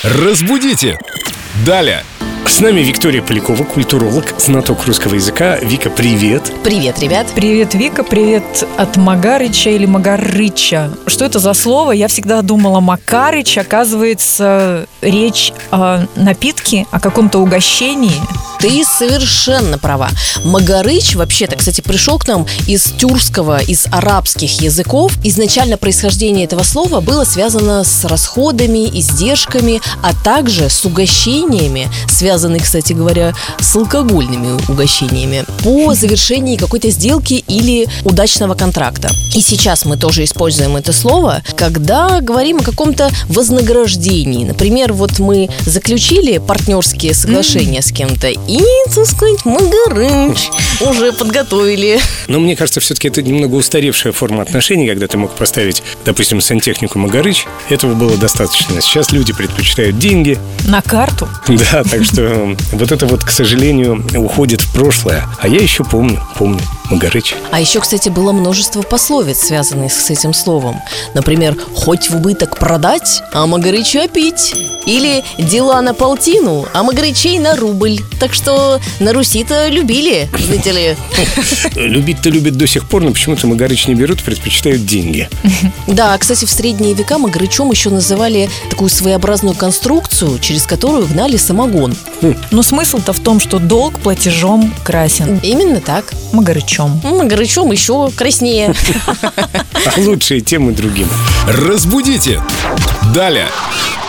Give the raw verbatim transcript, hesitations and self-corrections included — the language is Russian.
Разбудите! Далее! С нами Виктория Полякова, культуролог, знаток русского языка. Вика, привет! Привет, ребят! Привет, Вика, привет от Магарыча или Магарыча. Что это за слово? Я всегда думала Макарыч, оказывается, речь о напитке, о каком-то угощении. Ты совершенно права. Магарыч вообще-то, кстати, пришел к нам из тюркского, из арабских языков. Изначально происхождение этого слова было связано с расходами, издержками, а также с угощениями, связанными, кстати говоря, с алкогольными угощениями по завершении какой-то сделки или удачного контракта. И сейчас мы тоже используем это слово, когда говорим о каком-то вознаграждении. Например, вот мы заключили партнерские соглашения mm. с кем-то и, так сказать, Магарыч уже подготовили. Но мне кажется, все-таки это немного устаревшая форма отношений, когда ты мог поставить, допустим, сантехнику Магарыч. Этого было достаточно. Сейчас люди предпочитают деньги. На карту? Да, так что вот это вот, к сожалению, уходит в прошлое. А я еще помню, помню Магарыч. А еще, кстати, было множество пословиц, связанных с этим словом. Например, хоть в убыток продать, а Магарыча пить. Или дела на полтину, а Магарычей на рубль. Так что на Руси-то любили, знаете ли. Любить-то любят до сих пор, но почему-то Магарыч не берут, предпочитают деньги. Да, кстати, в средние века Магарычом еще называли такую своеобразную конструкцию, через которую гнали самогон. Но смысл-то в том, что долг платежом красен. Именно так. Магарычом. Магарычом еще краснее. А лучшие темы другим. Разбудите! Далее!